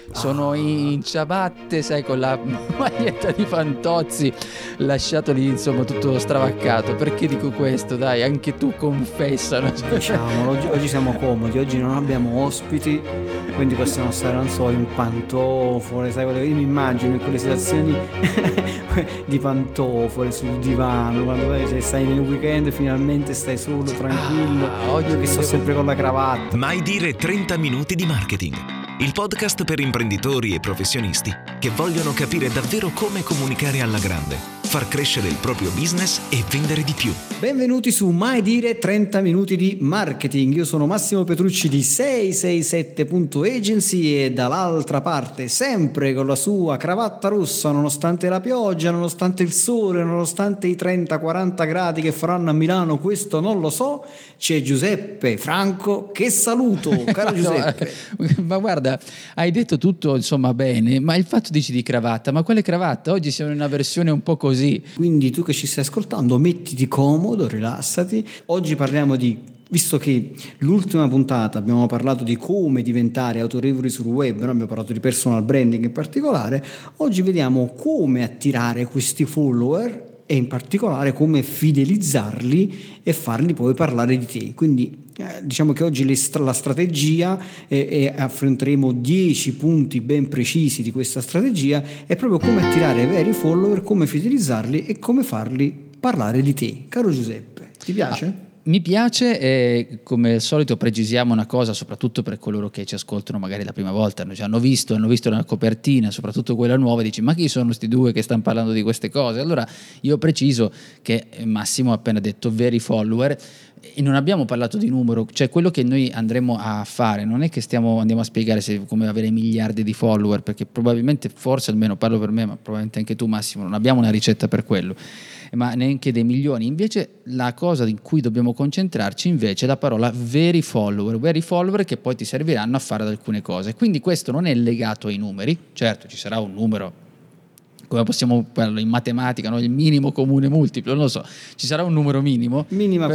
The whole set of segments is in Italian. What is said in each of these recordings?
sono in ciabatte, sai, con la maglietta di Fantozzi, lasciato lì insomma tutto stravaccato. Perché dico questo? Dai, anche tu confessano. Diciamolo, oggi siamo comodi, oggi non abbiamo ospiti, quindi possiamo stare, non so, in pantofole, sai, io mi immagino in quelle situazioni di pantofole sul divano, quando stai nel weekend finalmente stai solo, tranquillo, io che sto sempre con la cravatta. Mai dire 30 minuti di marketing, il podcast per imprenditori e professionisti che vogliono capire davvero come comunicare alla grande, far crescere il proprio business e vendere di più. Benvenuti su Mai dire 30 minuti di marketing. Io sono Massimo Petrucci di 667.agency e dall'altra parte, sempre con la sua cravatta rossa, nonostante la pioggia, nonostante il sole, nonostante i 30-40 gradi che faranno a Milano, questo non lo so, c'è Giuseppe Franco, che saluto, caro Giuseppe. Ma guarda, hai detto tutto insomma bene, ma il fatto dici di cravatta, ma quale cravatta? Oggi siamo in una versione un po' così. Quindi tu che ci stai ascoltando, mettiti comodo, rilassati. Oggi parliamo visto che l'ultima puntata abbiamo parlato di come diventare autorevoli sul web, noi abbiamo parlato di personal branding in particolare, oggi vediamo come attirare questi follower e in particolare come fidelizzarli e farli poi parlare di te. Quindi diciamo che oggi la strategia e affronteremo 10 punti ben precisi di questa strategia, è proprio come attirare veri follower, come fidelizzarli e come farli parlare di te. Caro Giuseppe, ti piace? Mi piace, e come al solito precisiamo una cosa, soprattutto per coloro che ci ascoltano magari la prima volta, hanno visto la copertina, soprattutto quella nuova, e dici ma chi sono questi due che stanno parlando di queste cose? Allora io preciso che Massimo ha appena detto veri follower e non abbiamo parlato di numero, cioè quello che noi andremo a fare non è che andiamo a spiegare come avere miliardi di follower, perché probabilmente, forse almeno parlo per me, ma probabilmente anche tu Massimo, non abbiamo una ricetta per quello, ma neanche dei milioni. Invece la cosa in cui dobbiamo concentrarci invece è la parola veri follower che poi ti serviranno a fare alcune cose. Quindi questo non è legato ai numeri, certo ci sarà un numero, come possiamo parlare in matematica, no? Il minimo comune multiplo, non lo so, ci sarà un numero minimo,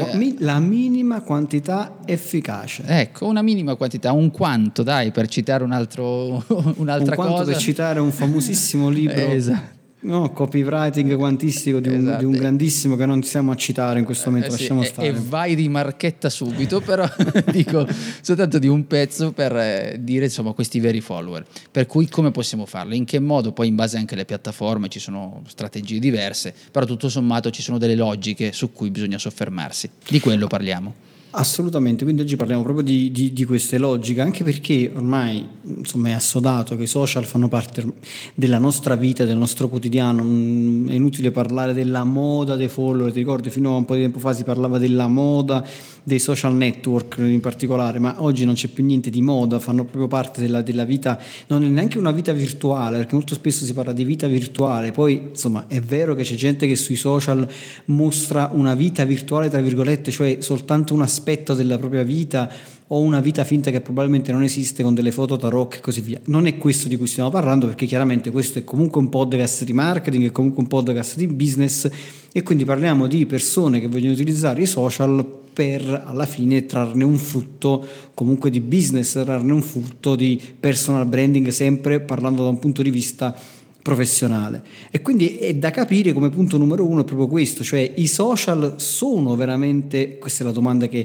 la minima quantità efficace. Ecco, una minima quantità, un quanto, dai, per citare un'altra cosa, per citare un famosissimo libro. Esatto. No, copywriting quantistico di un grandissimo che non stiamo a citare in questo momento, lasciamo stare. E vai di marchetta subito, però dico soltanto di un pezzo per dire insomma questi veri follower. Per cui come possiamo farlo? In che modo? Poi in base anche alle piattaforme ci sono strategie diverse, però tutto sommato ci sono delle logiche su cui bisogna soffermarsi. Di quello parliamo. Assolutamente, quindi oggi parliamo proprio di queste logiche, anche perché ormai insomma è assodato che i social fanno parte della nostra vita, del nostro quotidiano. È inutile parlare della moda dei follower, ti ricordi fino a un po' di tempo fa si parlava della moda dei social network in particolare, ma oggi non c'è più niente di moda, fanno proprio parte della vita, non è neanche una vita virtuale, perché molto spesso si parla di vita virtuale, poi insomma è vero che c'è gente che sui social mostra una vita virtuale tra virgolette, cioè soltanto un aspetto della propria vita o una vita finta che probabilmente non esiste, con delle foto tarocche e così via. Non è questo di cui stiamo parlando, perché chiaramente questo è comunque un podcast di marketing, è comunque un podcast di business, e quindi parliamo di persone che vogliono utilizzare i social per alla fine trarne un frutto comunque di business, trarne un frutto di personal branding, sempre parlando da un punto di vista professionale. E quindi è da capire come punto numero uno è proprio questo, cioè i social sono veramente, questa è la domanda che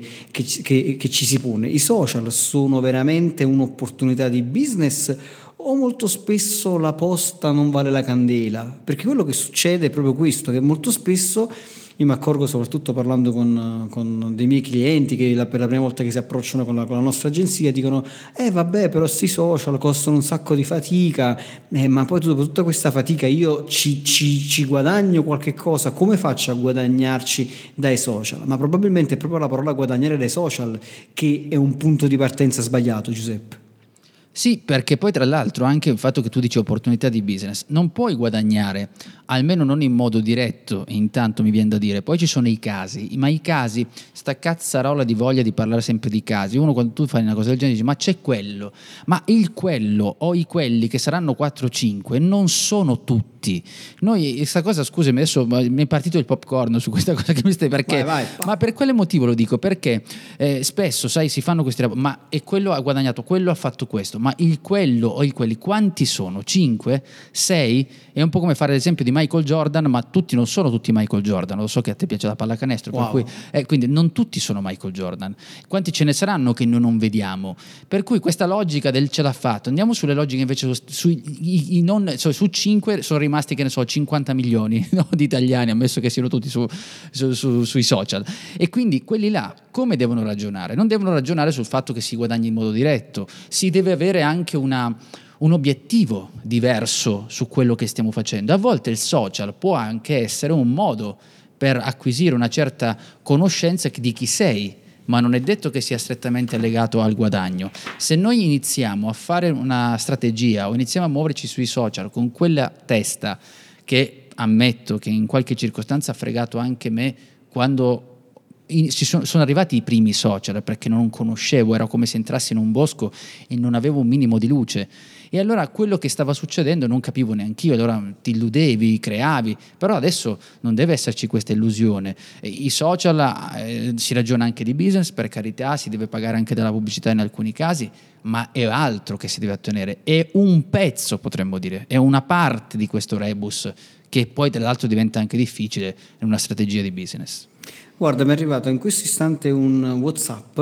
ci si pone, i social sono veramente un'opportunità di business o molto spesso la posta non vale la candela? Perché quello che succede è proprio questo, che molto spesso io mi accorgo, soprattutto parlando con dei miei clienti che per la prima volta che si approcciano con la nostra agenzia dicono vabbè, però sti social costano un sacco di fatica, ma poi dopo tutta questa fatica io ci guadagno qualche cosa, come faccio a guadagnarci dai social? Ma probabilmente è proprio la parola guadagnare dai social che è un punto di partenza sbagliato, Giuseppe. Sì, perché poi tra l'altro anche il fatto che tu dici opportunità di business, non puoi guadagnare, almeno non in modo diretto, intanto mi viene da dire, poi ci sono i casi, ma i casi, sta cazzarola di voglia di parlare sempre di casi, uno quando tu fai una cosa del genere dice ma c'è quello, ma il quello o i quelli che saranno 4-5 non sono tutti tutti. Noi questa cosa, scusami, adesso mi è partito il popcorn su questa cosa che mi stai, perché Vai. ma per quale motivo lo dico? Perché spesso, sai, si fanno questi ma e quello ha guadagnato, quello ha fatto questo, ma il quello o il quelli quanti sono? 5? 6? È un po' come fare l'esempio di Michael Jordan, ma tutti non sono tutti Michael Jordan. Lo so che a te piace la pallacanestro, Wow. per cui quindi non tutti sono Michael Jordan. Quanti ce ne saranno che noi non vediamo? Per cui questa logica del ce l'ha fatto, andiamo sulle logiche invece su 5 sono rimasti, che ne so, 50 milioni no, di italiani, ammesso che siano tutti sui social, e quindi quelli là come devono ragionare? Non devono ragionare sul fatto che si guadagni in modo diretto, si deve avere anche un obiettivo diverso su quello che stiamo facendo. A volte il social può anche essere un modo per acquisire una certa conoscenza di chi sei, ma non è detto che sia strettamente legato al guadagno. Se noi iniziamo a fare una strategia o iniziamo a muoverci sui social con quella testa, che ammetto che in qualche circostanza ha fregato anche me quando sono arrivati i primi social, perché non conoscevo, era come se entrassi in un bosco e non avevo un minimo di luce, e allora quello che stava succedendo non capivo neanch'io, allora ti illudevi, creavi, però adesso non deve esserci questa illusione. I social, si ragiona anche di business, per carità, si deve pagare anche della pubblicità in alcuni casi, ma è altro che si deve ottenere, è un pezzo, potremmo dire, è una parte di questo rebus che poi tra l'altro diventa anche difficile in una strategia di business. Guarda, mi è arrivato in questo istante un WhatsApp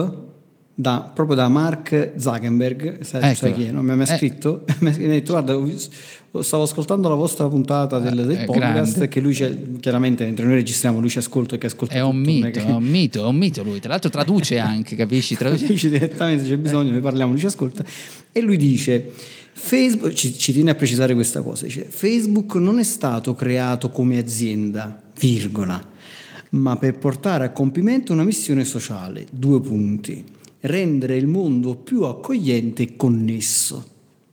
proprio da Mark Zuckerberg, sai chi è, no? Mi ha scritto, mi ha detto: guarda, stavo ascoltando la vostra puntata del podcast, grande. che lui chiaramente mentre noi registriamo lui ci ascolta, che ascolta è un tutto, mito, è un mito lui, tra l'altro traduce anche, capisci? Dice direttamente, c'è bisogno, noi parliamo, lui ci ascolta, e lui dice: Facebook, ci tiene a precisare questa cosa, dice: Facebook non è stato creato come azienda, virgola, ma per portare a compimento una missione sociale, 2 punti, rendere il mondo più accogliente e connesso.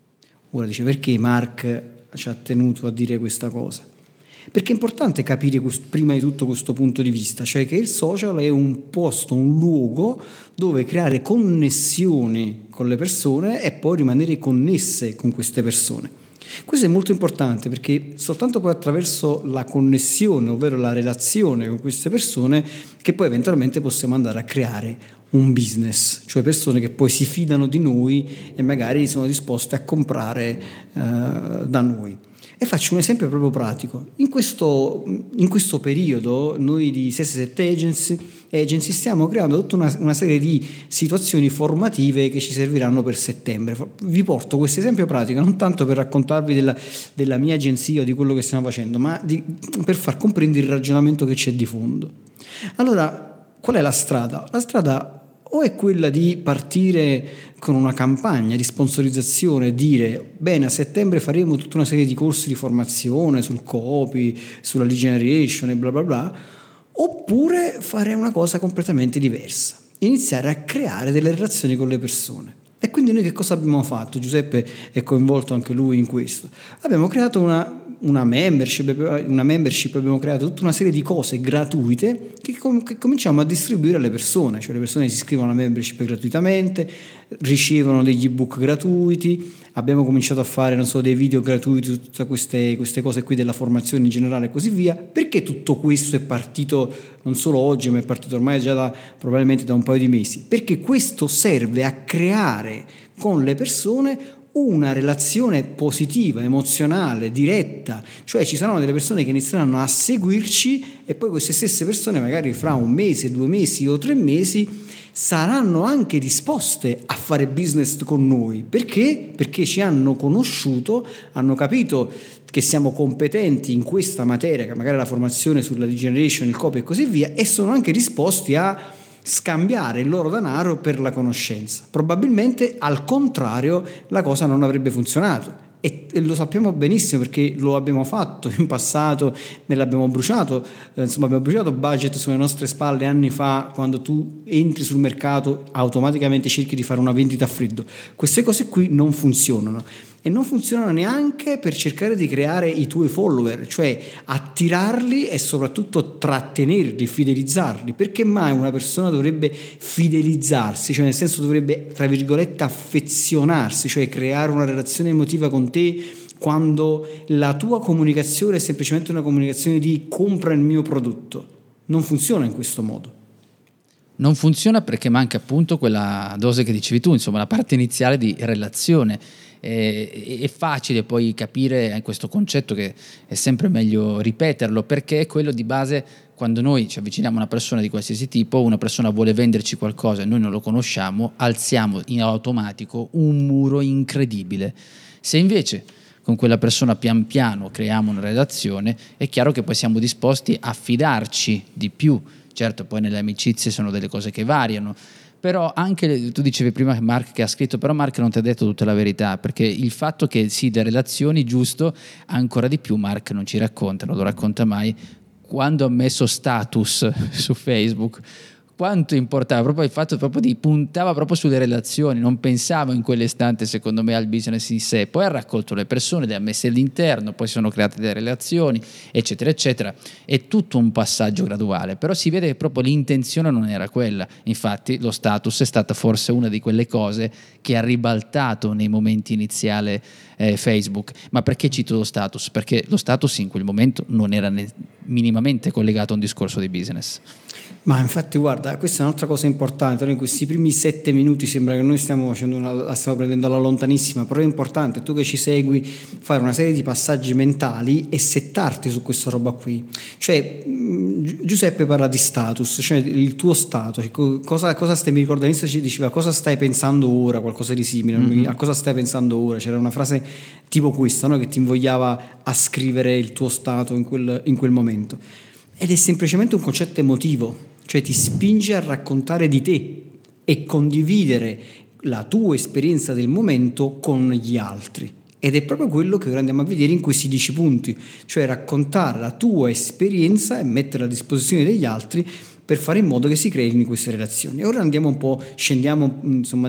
Ora dice: perché Mark ci ha tenuto a dire questa cosa? Perché è importante capire prima di tutto questo punto di vista, cioè che il social è un posto, un luogo dove creare connessioni con le persone e poi rimanere connesse con queste persone. Questo è molto importante, perché soltanto poi attraverso la connessione, ovvero la relazione con queste persone, che poi eventualmente possiamo andare a creare un business, cioè persone che poi si fidano di noi e magari sono disposte a comprare da noi. E faccio un esempio proprio pratico. In questo periodo noi di 667 Agency stiamo creando tutta una serie di situazioni formative che ci serviranno per settembre. Vi porto questo esempio pratico non tanto per raccontarvi della mia agenzia o di quello che stiamo facendo, ma per far comprendere il ragionamento che c'è di fondo. Allora, qual è la strada? La strada o è quella di partire con una campagna di sponsorizzazione, dire: bene, a settembre faremo tutta una serie di corsi di formazione sul copy, sulla lead generation e bla bla bla, oppure fare una cosa completamente diversa, iniziare a creare delle relazioni con le persone. E quindi noi che cosa abbiamo fatto? Giuseppe è coinvolto anche lui in questo. Abbiamo creato una membership, abbiamo creato tutta una serie di cose gratuite che cominciamo a distribuire alle persone, cioè le persone si iscrivono alla membership gratuitamente, ricevono degli ebook gratuiti, abbiamo cominciato a fare, non so, dei video gratuiti, tutte queste cose qui della formazione in generale e così via. Perché tutto questo è partito non solo oggi, ma è partito ormai già probabilmente da un paio di mesi? Perché questo serve a creare con le persone una relazione positiva, emozionale, diretta, cioè ci saranno delle persone che inizieranno a seguirci e poi queste stesse persone magari fra 1 mese, 2 mesi o 3 mesi saranno anche disposte a fare business con noi. Perché? Perché ci hanno conosciuto, hanno capito che siamo competenti in questa materia, che magari è la formazione sulla lead generation, il copy e così via, e sono anche disposti a scambiare il loro denaro per la conoscenza. Probabilmente al contrario la cosa non avrebbe funzionato e lo sappiamo benissimo perché lo abbiamo fatto in passato, abbiamo bruciato budget sulle nostre spalle anni fa. Quando tu entri sul mercato automaticamente cerchi di fare una vendita a freddo. Queste cose qui non funzionano. E non funzionano neanche per cercare di creare i tuoi follower, cioè attirarli e soprattutto trattenerli, fidelizzarli. Perché mai una persona dovrebbe fidelizzarsi, cioè nel senso dovrebbe, tra virgolette, affezionarsi, cioè creare una relazione emotiva con te quando la tua comunicazione è semplicemente una comunicazione di compra il mio prodotto. Non funziona in questo modo. Non funziona perché manca appunto quella dose che dicevi tu, insomma la parte iniziale di relazione. È facile poi capire questo concetto, che è sempre meglio ripeterlo, perché è quello di base. Quando noi ci avviciniamo a una persona di qualsiasi tipo, una persona vuole venderci qualcosa e noi non lo conosciamo, alziamo in automatico un muro incredibile. Se invece con quella persona pian piano creiamo una relazione, è chiaro che poi siamo disposti a fidarci di più. Certo, poi nelle amicizie sono delle cose che variano, però anche tu dicevi prima che Mark che ha scritto, però Mark non ti ha detto tutta la verità, perché il fatto che sì, le relazioni, giusto, ancora di più Mark non ci racconta, non lo racconta mai. Quando ha messo status su Facebook, quanto importava proprio il fatto proprio di puntava proprio sulle relazioni, non pensava in quell'istante secondo me al business in sé, poi ha raccolto le persone, le ha messe all'interno, poi sono create delle relazioni eccetera eccetera, è tutto un passaggio graduale, però si vede che proprio l'intenzione non era quella. Infatti lo status è stata forse una di quelle cose che ha ribaltato nei momenti iniziali Facebook. Ma perché cito lo status? Perché lo status in quel momento non era minimamente collegato a un discorso di business. Ma infatti guarda, questa è un'altra cosa importante, in questi primi 7 minuti sembra che noi stiamo prendendo alla lontanissima, però è importante, tu che ci segui, fare una serie di passaggi mentali e settarti su questa roba qui. Cioè Giuseppe parla di status, cioè il tuo stato, cosa stai, mi ricordo all'inizio ci diceva cosa stai pensando ora, qualcosa di simile, a cosa stai pensando ora, c'era una frase tipo questa, no? Che ti invogliava a scrivere il tuo stato in quel momento. Ed è semplicemente un concetto emotivo, cioè ti spinge a raccontare di te e condividere la tua esperienza del momento con gli altri. Ed è proprio quello che ora andiamo a vedere in questi 10 punti, cioè raccontare la tua esperienza e metterla a disposizione degli altri per fare in modo che si creino queste relazioni. E ora andiamo un po', scendiamo insomma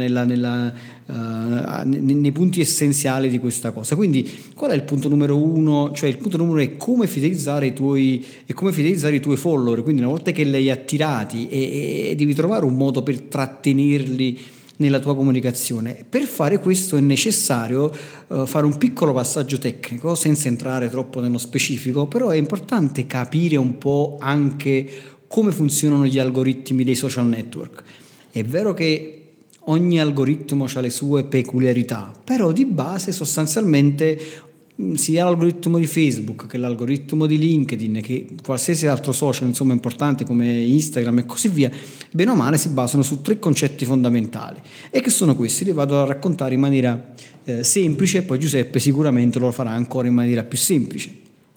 nei punti essenziali di questa cosa. Quindi qual è il punto numero 1? Cioè il punto numero 1 è come fidelizzare i tuoi follower. Quindi una volta che li hai attirati e devi trovare un modo per trattenerli nella tua comunicazione. Per fare questo è necessario fare un piccolo passaggio tecnico senza entrare troppo nello specifico, però è importante capire un po' anche come funzionano gli algoritmi dei social network. È vero che ogni algoritmo ha le sue peculiarità, però di base sostanzialmente sia l'algoritmo di Facebook che l'algoritmo di LinkedIn che qualsiasi altro social insomma importante come Instagram e così via, bene o male si basano su 3 concetti fondamentali, e che sono questi. Li vado a raccontare in maniera semplice e poi Giuseppe sicuramente lo farà ancora in maniera più semplice.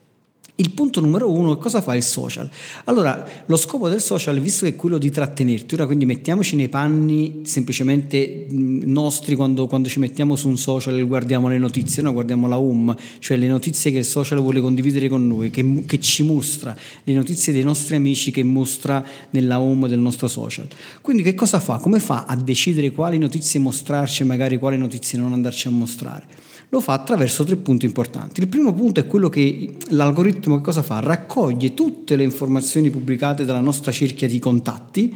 Il punto numero 1 è cosa fa il social. Allora, lo scopo del social, visto che è quello di trattenerti, ora quindi mettiamoci nei panni semplicemente nostri quando ci mettiamo su un social e guardiamo le notizie, no? Guardiamo la home, cioè le notizie che il social vuole condividere con noi, che ci mostra, le notizie dei nostri amici che mostra nella home del nostro social. Quindi che cosa fa? Come fa a decidere quali notizie mostrarci e magari quali notizie non andarci a mostrare? Lo fa attraverso 3 punti importanti. Il primo punto è quello che l'algoritmo che cosa fa? Raccoglie tutte le informazioni pubblicate dalla nostra cerchia di contatti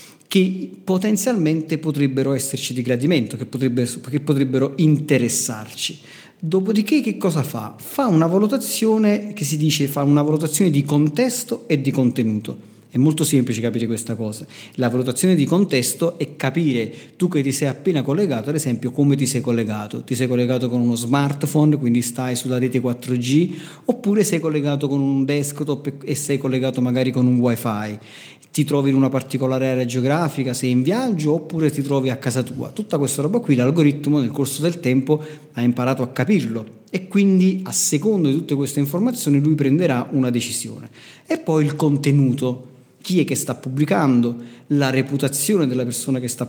che potenzialmente potrebbero esserci di gradimento, che potrebbero interessarci. Dopodiché che cosa fa? Fa una valutazione che si dice, fa una valutazione di contesto e di contenuto. È molto semplice capire questa cosa. La valutazione di contesto è capire, tu che ti sei appena collegato, ad esempio, come ti sei collegato. Ti sei collegato con uno smartphone, quindi stai sulla rete 4G, oppure sei collegato con un desktop e sei collegato magari con un wifi. Ti trovi in una particolare area geografica, sei in viaggio, oppure ti trovi a casa tua. Tutta questa roba qui l'algoritmo nel corso del tempo ha imparato a capirlo, e quindi a seconda di tutte queste informazioni lui prenderà una decisione. E poi il contenuto. Chi è che sta pubblicando, la reputazione della persona che sta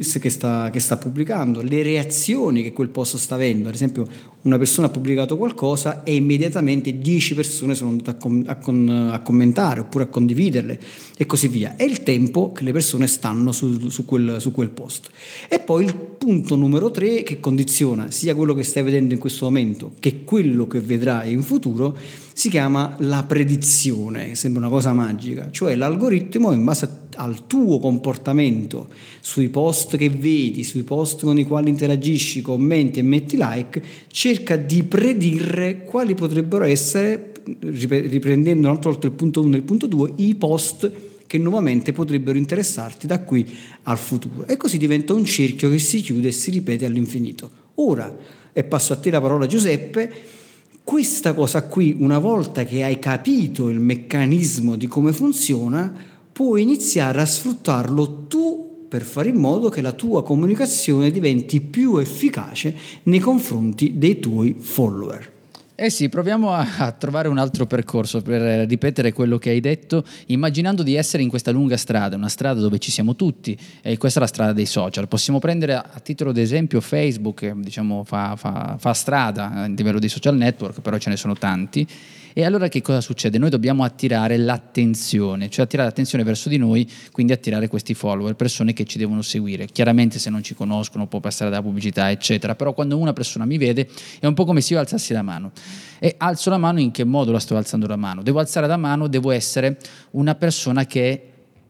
pubblicando, le reazioni che quel post sta avendo. Ad esempio, una persona ha pubblicato qualcosa e immediatamente 10 persone sono andate a commentare oppure a condividerle e così via. È il tempo che le persone stanno su quel post. E poi il punto numero 3 che condiziona sia quello che stai vedendo in questo momento che quello che vedrai in futuro si chiama la predizione, che sembra una cosa magica, cioè l'algoritmo l'algoritmo, in base al tuo comportamento, sui post che vedi, sui post con i quali interagisci, commenti e metti like, cerca di predire quali potrebbero essere, riprendendo un'altra volta il punto 1 e il punto 2, i post che nuovamente potrebbero interessarti da qui al futuro. E così diventa un cerchio che si chiude e si ripete all'infinito. Ora, e passo a te la parola, Giuseppe, questa cosa qui, una volta che hai capito il meccanismo di come funziona, puoi iniziare a sfruttarlo tu per fare in modo che la tua comunicazione diventi più efficace nei confronti dei tuoi follower. Eh sì, proviamo a trovare un altro percorso per ripetere quello che hai detto, immaginando di essere in questa lunga strada, una strada dove ci siamo tutti, e questa è la strada dei social. Possiamo prendere a titolo d'esempio Facebook, che diciamo fa strada a livello di social network, però ce ne sono tanti. E allora che cosa succede? Noi dobbiamo attirare l'attenzione, cioè attirare l'attenzione verso di noi, quindi attirare questi follower, persone che ci devono seguire. Chiaramente se non ci conoscono può passare dalla pubblicità, eccetera, però quando una persona mi vede è un po' come se io alzassi la mano. E alzo la mano, in che modo la sto alzando la mano? Devo alzare la mano, devo essere una persona che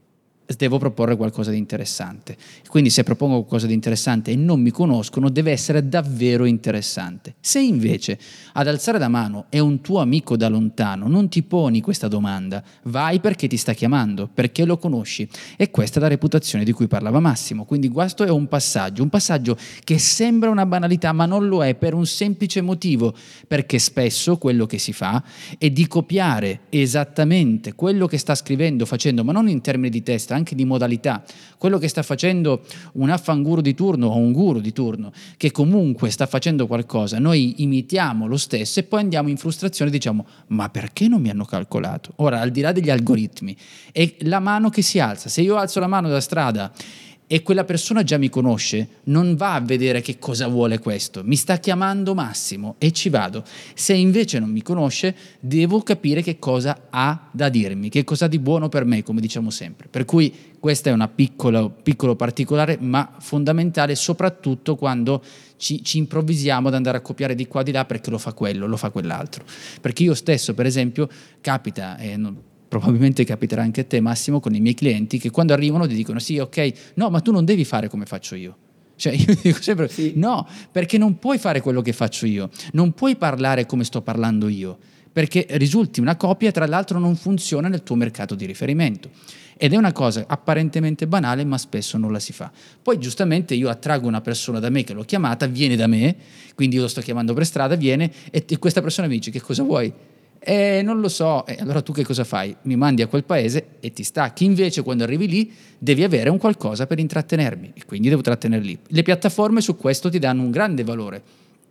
devo proporre qualcosa di interessante. Quindi se propongo qualcosa di interessante e non mi conoscono, deve essere davvero interessante. Se invece ad alzare la mano è un tuo amico da lontano, non ti poni questa domanda, vai perché ti sta chiamando, perché lo conosci. E questa è la reputazione di cui parlava Massimo. Quindi questo è un passaggio che sembra una banalità, ma non lo è, per un semplice motivo, perché spesso quello che si fa è di copiare esattamente quello che sta scrivendo, facendo, ma non in termini di testo, anche di modalità, quello che sta facendo un affanguru di turno o un guru di turno, che comunque sta facendo qualcosa, noi imitiamo lo stesso e poi andiamo in frustrazione e diciamo: ma perché non mi hanno calcolato? Ora, al di là degli algoritmi, è la mano che si alza. Se io alzo la mano da strada e quella persona già mi conosce, non va a vedere che cosa vuole questo, mi sta chiamando Massimo e ci vado. Se invece non mi conosce, devo capire che cosa ha da dirmi, che cosa ha di buono per me, come diciamo sempre. Per cui questa è una piccolo particolare, ma fondamentale, soprattutto quando ci improvvisiamo ad andare a copiare di qua di là perché lo fa quello, lo fa quell'altro. Perché io stesso, per esempio, capita, probabilmente capiterà anche a te, Massimo, con i miei clienti, che quando arrivano ti dicono: sì, ok, no, ma tu non devi fare come faccio io. Cioè io dico sempre sì. No, perché non puoi fare quello che faccio io, non puoi parlare come sto parlando io, perché risulti una copia e tra l'altro non funziona nel tuo mercato di riferimento. Ed è una cosa apparentemente banale, ma spesso non la si fa. Poi giustamente io attraggo una persona da me che l'ho chiamata, viene da me, quindi io lo sto chiamando per strada, viene e questa persona mi dice: che cosa vuoi? Non lo so. Allora tu che cosa fai? Mi mandi a quel paese e ti stacchi. Invece quando arrivi lì devi avere un qualcosa per intrattenermi e quindi devo trattenerli. Le piattaforme su questo ti danno un grande valore.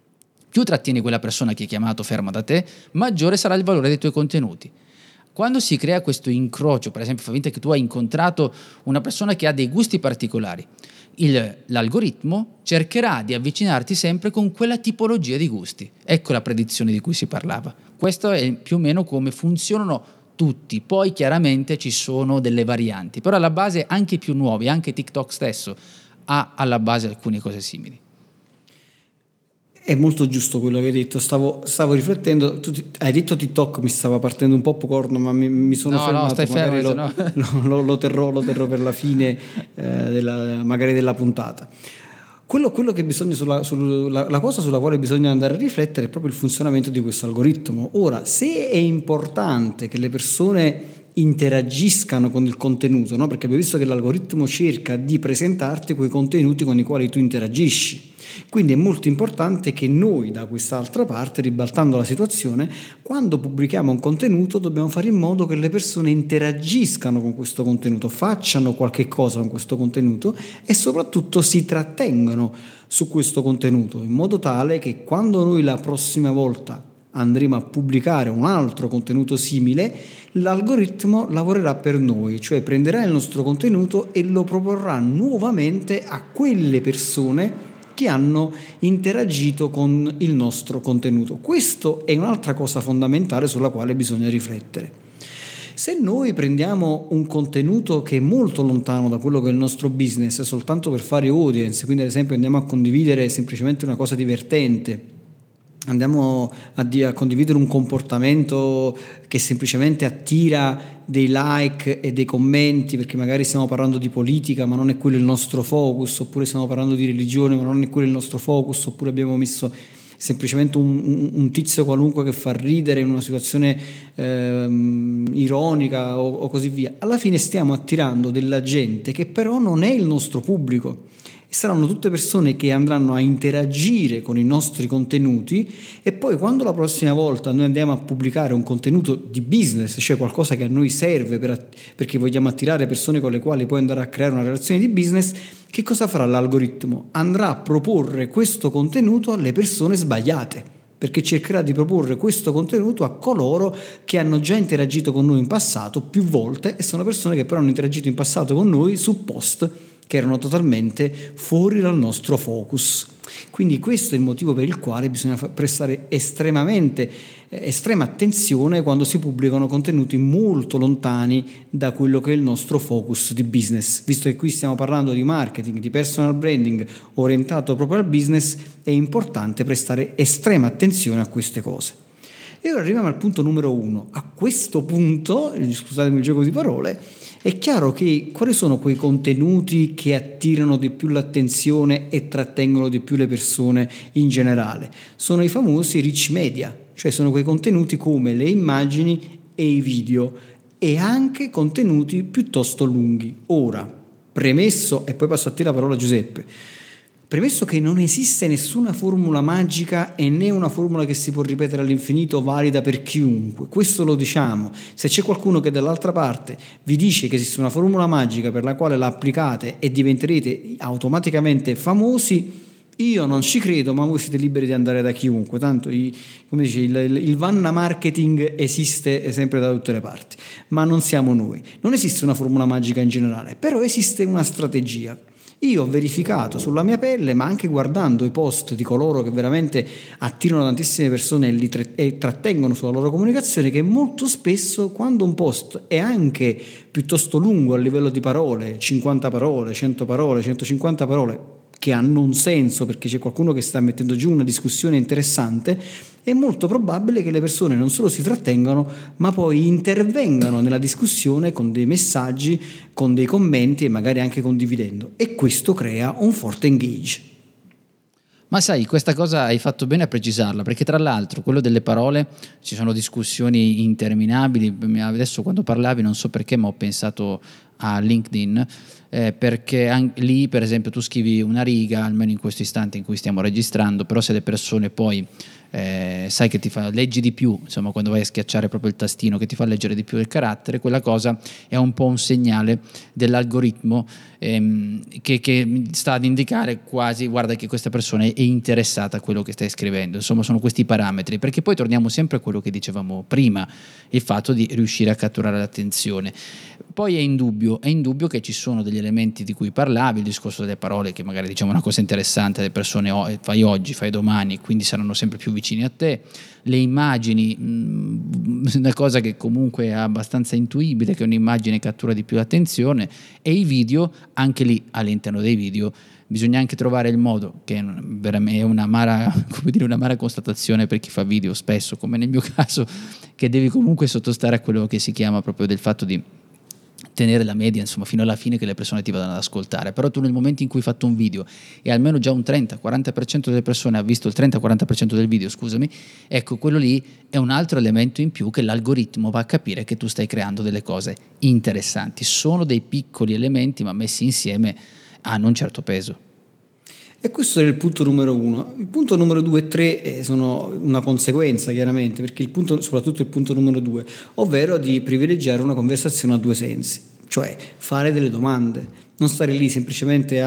Più trattieni quella persona che hai chiamato ferma da te, maggiore sarà il valore dei tuoi contenuti. Quando si crea questo incrocio, per esempio, fa finta che tu hai incontrato una persona che ha dei gusti particolari, l'algoritmo cercherà di avvicinarti sempre con quella tipologia di gusti. Ecco la predizione di cui si parlava. Questo è più o meno come funzionano tutti. Poi chiaramente ci sono delle varianti, però alla base anche i più nuovi, anche TikTok stesso ha alla base alcune cose simili. È molto giusto quello che hai detto, stavo riflettendo, hai detto TikTok, mi stava partendo un po' popcorn, ma mi sono fermato. No, stai fermo, lo terrò per la fine magari della puntata. Quello che bisogna la cosa sulla quale bisogna andare a riflettere è proprio il funzionamento di questo algoritmo. Ora, se è importante che le persone interagiscano con il contenuto, no? Perché abbiamo visto che l'algoritmo cerca di presentarti quei contenuti con i quali tu interagisci. Quindi è molto importante che noi da quest'altra parte, ribaltando la situazione, quando pubblichiamo un contenuto dobbiamo fare in modo che le persone interagiscano con questo contenuto, facciano qualche cosa con questo contenuto e soprattutto si trattengano su questo contenuto, in modo tale che quando noi la prossima volta andremo a pubblicare un altro contenuto simile, l'algoritmo lavorerà per noi, cioè prenderà il nostro contenuto e lo proporrà nuovamente a quelle persone che hanno interagito con il nostro contenuto. Questo è un'altra cosa fondamentale sulla quale bisogna riflettere. Se noi prendiamo un contenuto che è molto lontano da quello che è il nostro business soltanto per fare audience, quindi ad esempio andiamo a condividere semplicemente una cosa divertente, andiamo a condividere un comportamento che semplicemente attira dei like e dei commenti, perché magari stiamo parlando di politica ma non è quello il nostro focus, oppure stiamo parlando di religione ma non è quello il nostro focus, oppure abbiamo messo semplicemente un tizio qualunque che fa ridere in una situazione ironica o così via. Alla fine stiamo attirando della gente che però non è il nostro pubblico. Saranno tutte persone che andranno a interagire con i nostri contenuti, e poi quando la prossima volta noi andiamo a pubblicare un contenuto di business, cioè qualcosa che a noi serve perché vogliamo attirare persone con le quali poi andare a creare una relazione di business, che cosa farà l'algoritmo? Andrà a proporre questo contenuto alle persone sbagliate, perché cercherà di proporre questo contenuto a coloro che hanno già interagito con noi in passato più volte, e sono persone che però hanno interagito in passato con noi su post che erano totalmente fuori dal nostro focus. Quindi questo è il motivo per il quale bisogna prestare estrema attenzione quando si pubblicano contenuti molto lontani da quello che è il nostro focus di business. Visto che qui stiamo parlando di marketing, di personal branding orientato proprio al business, è importante prestare estrema attenzione a queste cose. E ora arriviamo al punto numero 1. A questo punto, scusatemi il gioco di parole, è chiaro che quali sono quei contenuti che attirano di più l'attenzione e trattengono di più le persone in generale. Sono i famosi rich media, cioè sono quei contenuti come le immagini e i video, e anche contenuti piuttosto lunghi. Ora, premesso, e poi passo a te la parola, Giuseppe, premesso che non esiste nessuna formula magica e né una formula che si può ripetere all'infinito valida per chiunque, questo lo diciamo. Se c'è qualcuno che dall'altra parte vi dice che esiste una formula magica per la quale la applicate e diventerete automaticamente famosi, io non ci credo, ma voi siete liberi di andare da chiunque, tanto come dice, il Vanna marketing esiste sempre da tutte le parti, ma non siamo noi. Non esiste una formula magica in generale, però esiste una strategia. Io ho verificato sulla mia pelle, ma anche guardando i post di coloro che veramente attirano tantissime persone e trattengono sulla loro comunicazione, che molto spesso quando un post è anche piuttosto lungo a livello di parole, 50 parole, 100 parole, 150 parole, che hanno un senso perché c'è qualcuno che sta mettendo giù una discussione interessante, è molto probabile che le persone non solo si trattengano, ma poi intervengano nella discussione con dei messaggi, con dei commenti e magari anche condividendo. E questo crea un forte engage. Ma sai, questa cosa hai fatto bene a precisarla, perché tra l'altro quello delle parole, ci sono discussioni interminabili. Adesso quando parlavi non so perché, ma ho pensato a LinkedIn, perché lì per esempio tu scrivi una riga, almeno in questo istante in cui stiamo registrando, però se le persone poi sai che ti fa leggi di più, insomma quando vai a schiacciare proprio il tastino che ti fa leggere di più il carattere, quella cosa è un po' un segnale dell'algoritmo che sta ad indicare quasi, guarda che questa persona è interessata a quello che stai scrivendo. Insomma sono questi parametri, perché poi torniamo sempre a quello che dicevamo prima, il fatto di riuscire a catturare l'attenzione. Poi è indubbio che ci sono degli elementi di cui parlavi, il discorso delle parole, che magari diciamo una cosa interessante, le persone fai oggi, fai domani, quindi saranno sempre più vicini a te. Le immagini, una cosa che comunque è abbastanza intuibile, che un'immagine cattura di più l'attenzione, e i video, anche lì all'interno dei video bisogna anche trovare il modo, che è un'amara constatazione per chi fa video spesso, come nel mio caso, che devi comunque sottostare a quello che si chiama proprio del fatto di tenere la media, insomma, fino alla fine che le persone ti vadano ad ascoltare. Però tu nel momento in cui hai fatto un video e almeno già un 30-40% delle persone ha visto il 30-40% del video, scusami, ecco, quello lì è un altro elemento in più che l'algoritmo va a capire che tu stai creando delle cose interessanti. Sono dei piccoli elementi, ma messi insieme hanno un certo peso. E questo è il punto numero 1. Il punto numero 2 e 3 sono una conseguenza, chiaramente, perché soprattutto il punto numero 2, ovvero di privilegiare una conversazione a due sensi, cioè fare delle domande, non stare lì semplicemente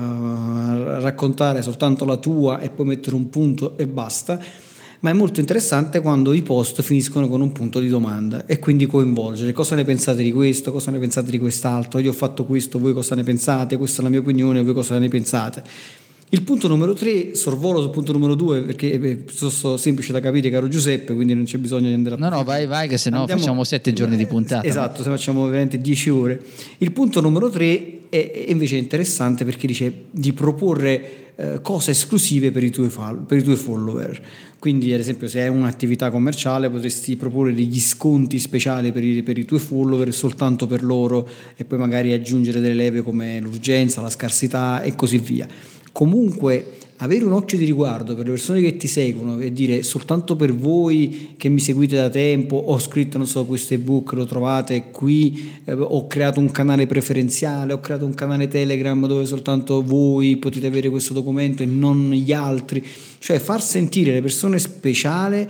a raccontare soltanto la tua e poi mettere un punto e basta, ma è molto interessante quando i post finiscono con un punto di domanda e quindi coinvolgere: cosa ne pensate di questo, cosa ne pensate di quest'altro, io ho fatto questo, voi cosa ne pensate, questa è la mia opinione, voi cosa ne pensate. Il punto numero 3, sorvolo sul punto numero 2 perché è piuttosto semplice da capire, caro Giuseppe, quindi non c'è bisogno di andare a... No, vai, che se no facciamo 7 giorni di puntata. Esatto, se facciamo veramente 10 ore. Il punto numero 3 è invece interessante perché dice di proporre cose esclusive per i tuoi follower. Quindi ad esempio se hai un'attività commerciale potresti proporre degli sconti speciali per i tuoi follower soltanto per loro e poi magari aggiungere delle leve come l'urgenza, la scarsità e così via. Comunque avere un occhio di riguardo per le persone che ti seguono e dire soltanto per voi che mi seguite da tempo ho scritto, non so, questo ebook, lo trovate qui, ho creato un canale preferenziale, ho creato un canale Telegram dove soltanto voi potete avere questo documento e non gli altri, cioè far sentire le persone speciali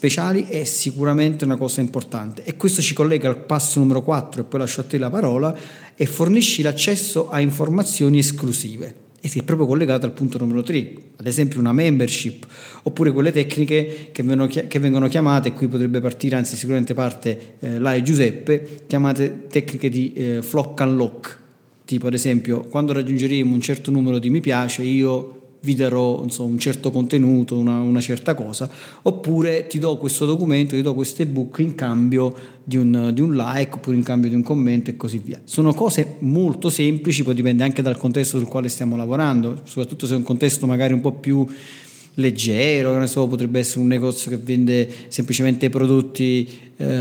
è sicuramente una cosa importante, e questo ci collega al passo numero 4 e poi lascio a te la parola, e fornisci l'accesso a informazioni esclusive. E si è proprio collegato al punto numero 3, ad esempio una membership, oppure quelle tecniche che vengono chiamate, e qui potrebbe partire, anzi sicuramente parte là è Giuseppe, chiamate tecniche di flock unlock, tipo ad esempio quando raggiungeremo un certo numero di mi piace io vi darò un certo contenuto, una certa cosa, oppure ti do questo documento, ti do questo ebook in cambio di un like, oppure in cambio di un commento e così via. Sono cose molto semplici, poi dipende anche dal contesto sul quale stiamo lavorando, soprattutto se è un contesto magari un po' più leggero, che ne so, potrebbe essere un negozio che vende semplicemente prodotti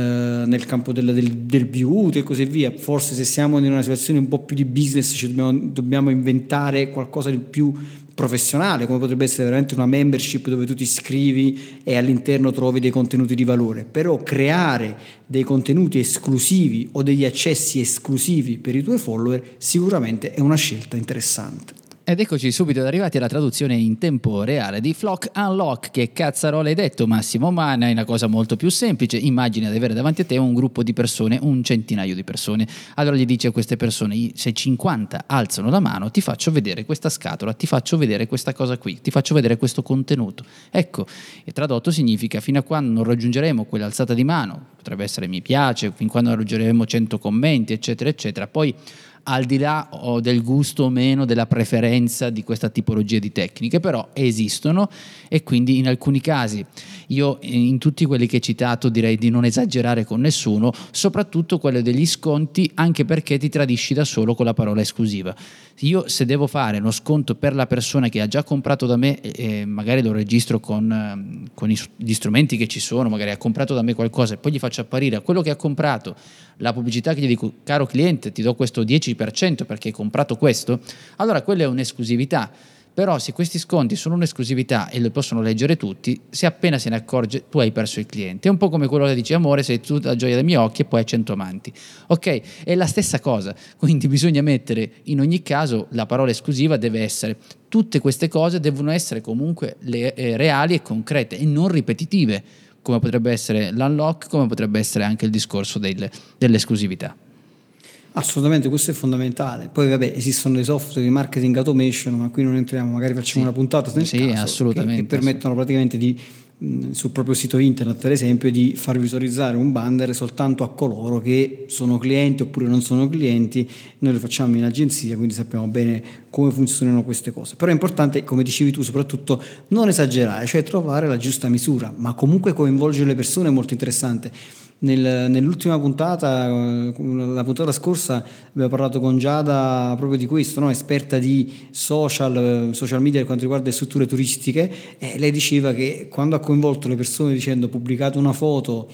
nel campo del beauty e così via. Forse se siamo in una situazione un po' più di business dobbiamo inventare qualcosa di più professionale, come potrebbe essere veramente una membership dove tu ti iscrivi e all'interno trovi dei contenuti di valore. Però creare dei contenuti esclusivi o degli accessi esclusivi per i tuoi follower sicuramente è una scelta interessante. Ed eccoci subito arrivati alla traduzione in tempo reale di Flock Unlock. Che cazzarola hai detto, Massimo? Ma è una cosa molto più semplice. Immagina di avere davanti a te un gruppo di persone, un centinaio di persone. Allora gli dici a queste persone: se 50 alzano la mano ti faccio vedere questa scatola, ti faccio vedere questa cosa qui, ti faccio vedere questo contenuto. Ecco, e tradotto significa: fino a quando non raggiungeremo quell'alzata di mano, potrebbe essere mi piace, fin quando raggiungeremo 100 commenti, eccetera eccetera, poi al di là del gusto o meno, della preferenza di questa tipologia di tecniche, però esistono, e quindi in alcuni casi io in tutti quelli che hai citato direi di non esagerare con nessuno, soprattutto quello degli sconti, anche perché ti tradisci da solo con la parola esclusiva. Io se devo fare uno sconto per la persona che ha già comprato da me, magari lo registro con gli strumenti che ci sono, magari ha comprato da me qualcosa e poi gli faccio apparire a quello che ha comprato la pubblicità che gli dico: caro cliente, ti do questo 10% perché hai comprato questo, allora quella è un'esclusività. Però se questi sconti sono un'esclusività e lo possono leggere tutti, se appena se ne accorge tu hai perso il cliente. È un po' come quello che dici: amore, sei tu la gioia dei miei occhi, e poi hai 100 amanti. Ok, è la stessa cosa, quindi bisogna mettere in ogni caso la parola esclusiva, deve essere, tutte queste cose devono essere comunque reali e concrete e non ripetitive, come potrebbe essere l'unlock, come potrebbe essere anche il discorso dell'esclusività. Assolutamente, questo è fondamentale. Poi vabbè, esistono dei software di marketing automation, ma qui non entriamo, magari facciamo una puntata nel caso, assolutamente, che permettono praticamente di, sul proprio sito internet per esempio, di far visualizzare un banner soltanto a coloro che sono clienti oppure non sono clienti. Noi lo facciamo in agenzia, quindi sappiamo bene come funzionano queste cose. Però è importante, come dicevi tu, soprattutto non esagerare, cioè trovare la giusta misura, ma comunque coinvolgere le persone è molto interessante. Nell'ultima puntata, la puntata scorsa, abbiamo parlato con Giada proprio di questo, no? Esperta di social media per quanto riguarda le strutture turistiche, e lei diceva che quando ha coinvolto le persone dicendo: pubblicate una foto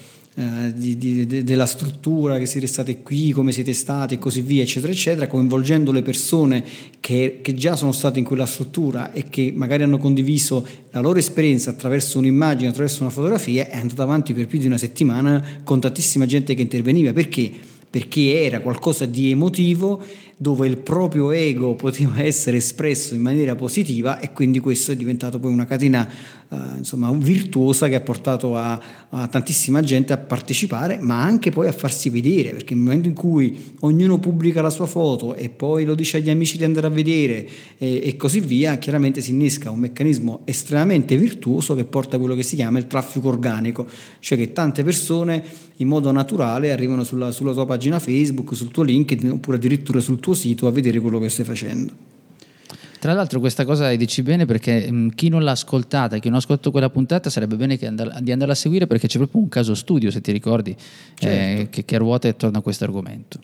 della struttura, che siete state qui, come siete stati e così via, eccetera eccetera, coinvolgendo le persone che già sono state in quella struttura e che magari hanno condiviso la loro esperienza attraverso un'immagine, attraverso una fotografia, è andata avanti per più di una settimana con tantissima gente che interveniva. Perché era qualcosa di emotivo, dove il proprio ego poteva essere espresso in maniera positiva, e quindi questo è diventato poi una catena virtuosa che ha portato a tantissima gente a partecipare, ma anche poi a farsi vedere, perché nel momento in cui ognuno pubblica la sua foto e poi lo dice agli amici di andare a vedere e così via, chiaramente si innesca un meccanismo estremamente virtuoso che porta a quello che si chiama il traffico organico, cioè che tante persone in modo naturale arrivano sulla tua pagina Facebook, sul tuo LinkedIn, oppure addirittura sul tuo sito a vedere quello che stai facendo. Tra l'altro questa cosa dici bene, perché chi non l'ha ascoltata, chi non ha ascoltato quella puntata, sarebbe bene di andarla a seguire, perché c'è proprio un caso studio, se ti ricordi, Certo. che ruota attorno a questo argomento.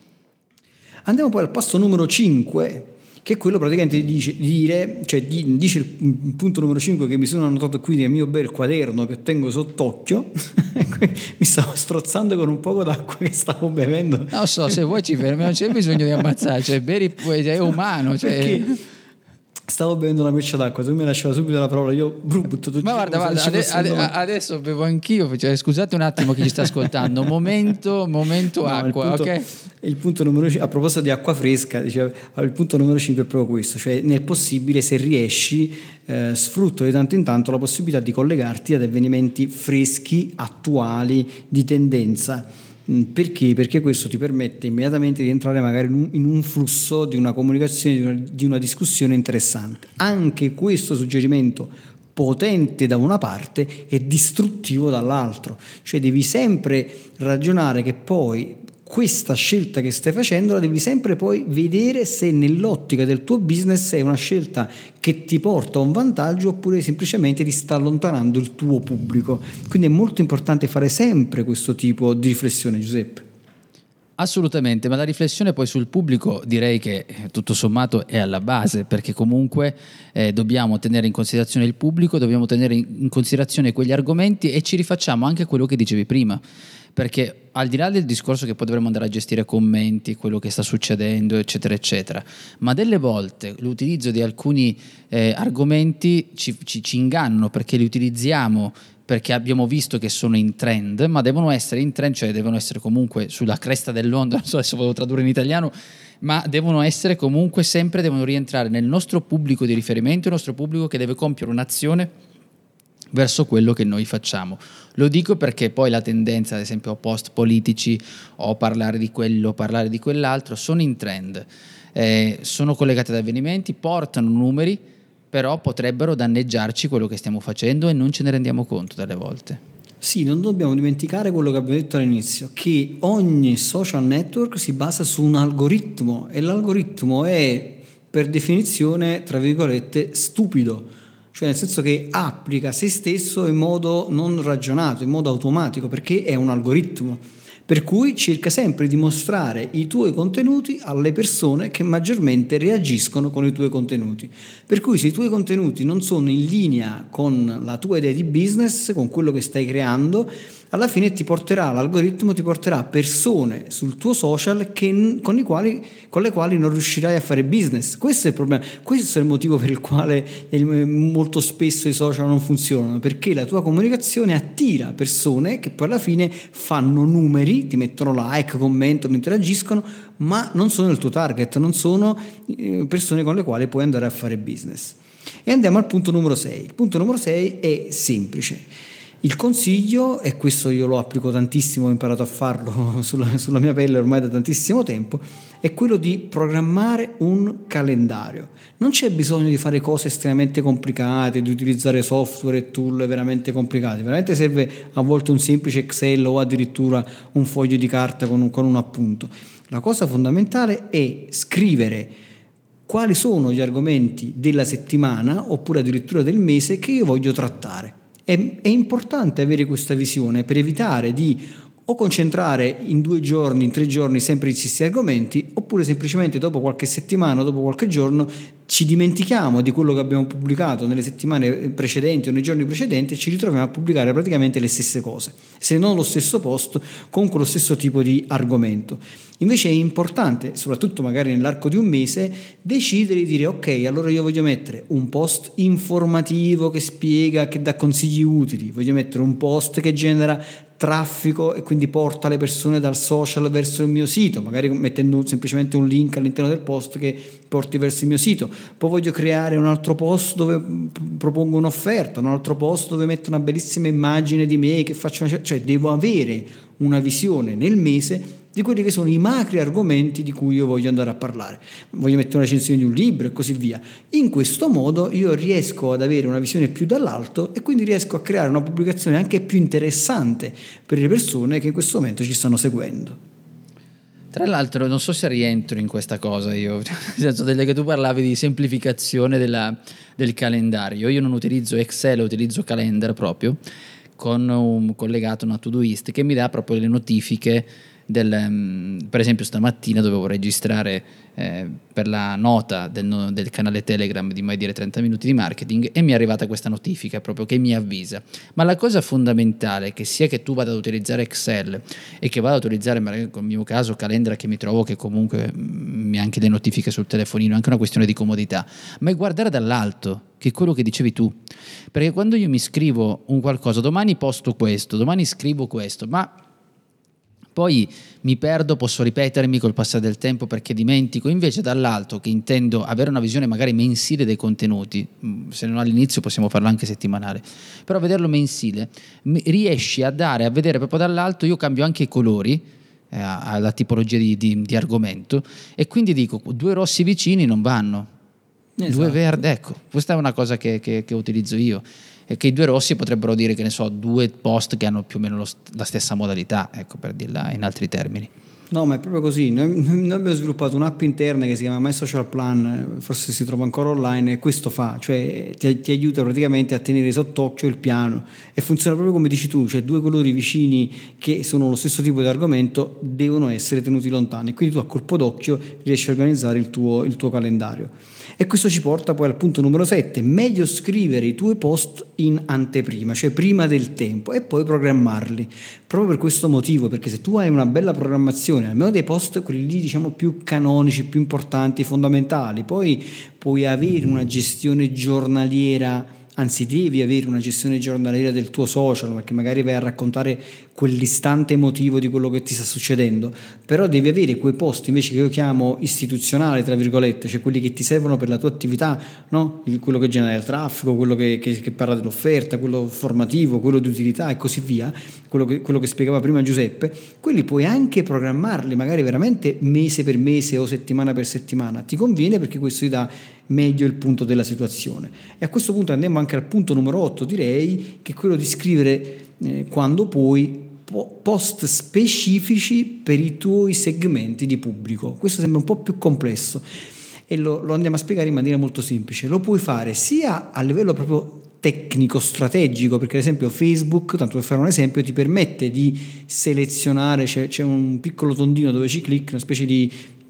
Andiamo poi al passo numero 5, che è quello praticamente di dice il punto numero 5 che mi sono annotato qui nel mio bel quaderno che tengo sott'occhio. Mi stavo strozzando con un poco d'acqua che stavo bevendo. Non so, se vuoi ci fermi, non c'è bisogno di ammazzare, cioè è umano. Cioè... Perché stavo bevendo una goccia d'acqua, tu mi lasciava subito la parola, io butto tutto. Ma guarda, adesso bevo anch'io, cioè, scusate un attimo chi ci sta ascoltando, momento acqua, ok? Il punto numero 5, a proposito di acqua fresca, il punto numero 5 è proprio questo, cioè nel possibile, se riesci, sfrutto di tanto in tanto la possibilità di collegarti ad avvenimenti freschi, attuali, di tendenza. Perché? Perché questo ti permette immediatamente di entrare magari in un flusso di una comunicazione, di una discussione interessante. Anche questo suggerimento potente da una parte e distruttivo dall'altro, cioè devi sempre ragionare che poi questa scelta che stai facendo la devi sempre poi vedere se nell'ottica del tuo business è una scelta che ti porta a un vantaggio oppure semplicemente ti sta allontanando il tuo pubblico. Quindi è molto importante fare sempre questo tipo di riflessione, Giuseppe. Assolutamente, ma la riflessione poi sul pubblico direi che tutto sommato è alla base, perché comunque dobbiamo tenere in considerazione il pubblico, dobbiamo tenere in considerazione quegli argomenti e ci rifacciamo anche a quello che dicevi prima, perché al di là del discorso che poi dovremmo andare a gestire commenti, quello che sta succedendo, eccetera, eccetera, ma delle volte l'utilizzo di alcuni argomenti ci ingannano, perché li utilizziamo perché abbiamo visto che sono in trend, ma devono essere in trend, cioè devono essere comunque sulla cresta dell'onda, non so se volevo tradurre in italiano, ma devono essere comunque sempre, devono rientrare nel nostro pubblico di riferimento, il nostro pubblico che deve compiere un'azione verso quello che noi facciamo. Lo dico perché poi la tendenza, ad esempio, a post politici o parlare di quello, parlare di quell'altro, sono in trend, sono collegate ad avvenimenti, portano numeri, però potrebbero danneggiarci quello che stiamo facendo e non ce ne rendiamo conto dalle volte. Sì, non dobbiamo dimenticare quello che abbiamo detto all'inizio, che ogni social network si basa su un algoritmo e l'algoritmo è per definizione, tra virgolette, stupido, cioè nel senso che applica se stesso in modo non ragionato, in modo automatico, perché è un algoritmo. Per cui cerca sempre di mostrare i tuoi contenuti alle persone che maggiormente reagiscono con i tuoi contenuti. Per cui se i tuoi contenuti non sono in linea con la tua idea di business, con quello che stai creando, alla fine l'algoritmo ti porterà persone sul tuo social con le quali non riuscirai a fare business. Questo è il problema, questo è il motivo per il quale molto spesso i social non funzionano, perché la tua comunicazione attira persone che poi alla fine fanno numeri, ti mettono like, commentano, interagiscono, ma non sono il tuo target, non sono persone con le quali puoi andare a fare business. E andiamo al punto numero 6. Il punto numero 6 è semplice. Il consiglio, e questo io lo applico tantissimo, ho imparato a farlo sulla mia pelle ormai da tantissimo tempo, è quello di programmare un calendario. Non c'è bisogno di fare cose estremamente complicate, di utilizzare software e tool veramente complicati, veramente serve a volte un semplice Excel o addirittura un foglio di carta con un appunto. La cosa fondamentale è scrivere quali sono gli argomenti della settimana oppure addirittura del mese che io voglio trattare. È importante avere questa visione per evitare di o concentrare in 2 giorni, in 3 giorni sempre gli stessi argomenti, oppure semplicemente dopo qualche settimana, dopo qualche giorno ci dimentichiamo di quello che abbiamo pubblicato nelle settimane precedenti o nei giorni precedenti e ci ritroviamo a pubblicare praticamente le stesse cose, se non lo stesso post con quello stesso tipo di argomento. Invece è importante, soprattutto magari nell'arco di un mese, decidere di dire ok, allora io voglio mettere un post informativo che spiega, che dà consigli utili, voglio mettere un post che genera traffico e quindi porta le persone dal social verso il mio sito, magari mettendo semplicemente un link all'interno del post che porti verso il mio sito. Poi voglio creare un altro post dove propongo un'offerta, un altro post dove metto una bellissima immagine di me che faccio cioè devo avere una visione nel mese di quelli che sono i macri argomenti di cui io voglio andare a parlare. Voglio mettere una recensione di un libro e così via. In questo modo io riesco ad avere una visione più dall'alto e quindi riesco a creare una pubblicazione anche più interessante per le persone che in questo momento ci stanno seguendo. Tra l'altro non so se rientro in questa cosa io, nel senso che tu parlavi di semplificazione del calendario. Io non utilizzo Excel, utilizzo Calendar proprio, con un collegato, una Todoist, che mi dà proprio le notifiche per esempio stamattina dovevo registrare per la nota del canale Telegram di Mai Dire 30 Minuti di Marketing, e mi è arrivata questa notifica proprio che mi avvisa. Ma la cosa fondamentale è che sia che tu vada ad utilizzare Excel e che vada ad utilizzare magari nel mio caso Calendar, che mi trovo che comunque mi ha anche le notifiche sul telefonino, è anche una questione di comodità, ma è guardare dall'alto, che è quello che dicevi tu, perché quando io mi scrivo un qualcosa, domani posto questo, domani scrivo questo, ma poi mi perdo, posso ripetermi col passare del tempo perché dimentico. Invece dall'alto, che intendo avere una visione magari mensile dei contenuti, se non all'inizio possiamo farlo anche settimanale, però vederlo mensile, riesci a vedere proprio dall'alto. Io cambio anche i colori alla tipologia di argomento, e quindi dico 2 rossi vicini non vanno, esatto. 2 verdi, ecco, questa è una cosa che utilizzo io. E che i 2 rossi potrebbero dire, che ne so, 2 post che hanno più o meno la stessa modalità, ecco, per dirla in altri termini. No, ma è proprio così. Noi abbiamo sviluppato un'app interna che si chiama My Social Plan, forse si trova ancora online, e questo fa, cioè ti aiuta praticamente a tenere sott'occhio il piano, e funziona proprio come dici tu, cioè 2 colori vicini che sono lo stesso tipo di argomento devono essere tenuti lontani, quindi tu a colpo d'occhio riesci a organizzare il tuo calendario. E questo ci porta poi al punto numero 7, meglio scrivere i tuoi post in anteprima, cioè prima del tempo, e poi programmarli, proprio per questo motivo, perché se tu hai una bella programmazione, almeno dei post, quelli lì diciamo più canonici, più importanti, fondamentali, poi puoi avere una gestione giornaliera, anzi devi avere una gestione giornaliera del tuo social, perché magari vai a raccontare quell'istante emotivo di quello che ti sta succedendo, però devi avere quei post invece che io chiamo istituzionali, tra virgolette, cioè quelli che ti servono per la tua attività, no? Quello che genera il traffico, quello che parla dell'offerta, quello formativo, quello di utilità e così via, quello che spiegava prima Giuseppe. Quelli puoi anche programmarli magari veramente mese per mese o settimana per settimana, ti conviene, perché questo ti dà meglio il punto della situazione. E a questo punto andiamo anche al punto numero 8, direi, che è quello di scrivere quando puoi post specifici per i tuoi segmenti di pubblico. Questo sembra un po' più complesso e lo andiamo a spiegare in maniera molto semplice. Lo puoi fare sia a livello proprio tecnico, strategico, perché ad esempio Facebook, tanto per fare un esempio, ti permette di selezionare, c'è un piccolo tondino dove ci clicchi, una specie di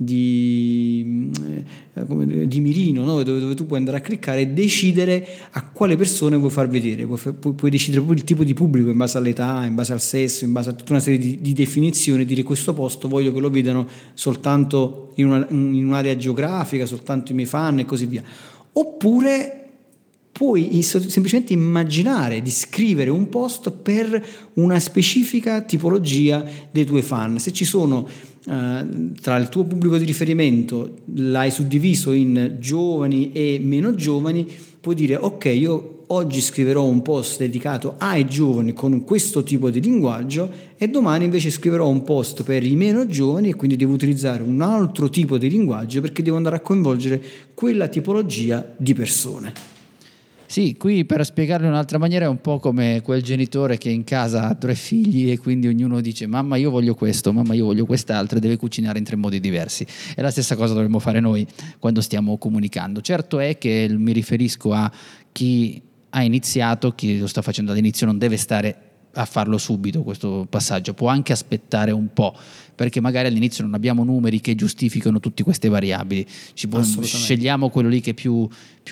mirino, no? dove tu puoi andare a cliccare e decidere a quale persone vuoi far vedere, puoi decidere proprio il tipo di pubblico in base all'età, in base al sesso, in base a tutta una serie di definizioni, dire questo post voglio che lo vedano soltanto in un'area geografica, soltanto i miei fan e così via. Oppure puoi semplicemente immaginare di scrivere un post per una specifica tipologia dei tuoi fan. Se ci sono tra il tuo pubblico di riferimento, l'hai suddiviso in giovani e meno giovani, puoi dire ok, io oggi scriverò un post dedicato ai giovani con questo tipo di linguaggio, e domani invece scriverò un post per i meno giovani, e quindi devo utilizzare un altro tipo di linguaggio perché devo andare a coinvolgere quella tipologia di persone. Sì, qui per spiegarlo in un'altra maniera è un po' come quel genitore che in casa ha 3 figli e quindi ognuno dice mamma io voglio questo, mamma io voglio quest'altro, e deve cucinare in 3 modi diversi. È la stessa cosa dovremmo fare noi quando stiamo comunicando. Certo è che mi riferisco a chi ha iniziato, chi lo sta facendo all'inizio non deve stare a farlo subito questo passaggio, può anche aspettare un po', perché magari all'inizio non abbiamo numeri che giustificano tutte queste variabili, scegliamo quello lì che è più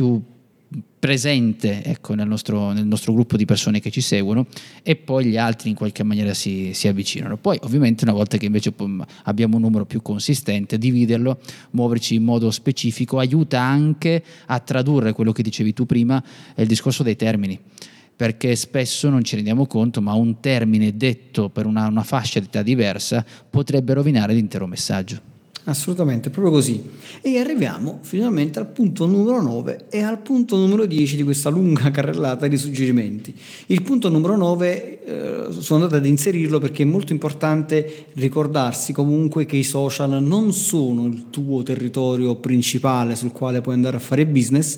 presente, ecco, nel nostro gruppo di persone che ci seguono, e poi gli altri in qualche maniera si avvicinano. Poi ovviamente una volta che invece abbiamo un numero più consistente, dividerlo, muoverci in modo specifico aiuta anche a tradurre quello che dicevi tu prima, il discorso dei termini, perché spesso non ci rendiamo conto, ma un termine detto per una fascia di età diversa potrebbe rovinare l'intero messaggio. Assolutamente, proprio così. E arriviamo finalmente al punto numero 9 e al punto numero 10 di questa lunga carrellata di suggerimenti. Il punto numero 9 sono andato ad inserirlo perché è molto importante ricordarsi comunque che i social non sono il tuo territorio principale sul quale puoi andare a fare business,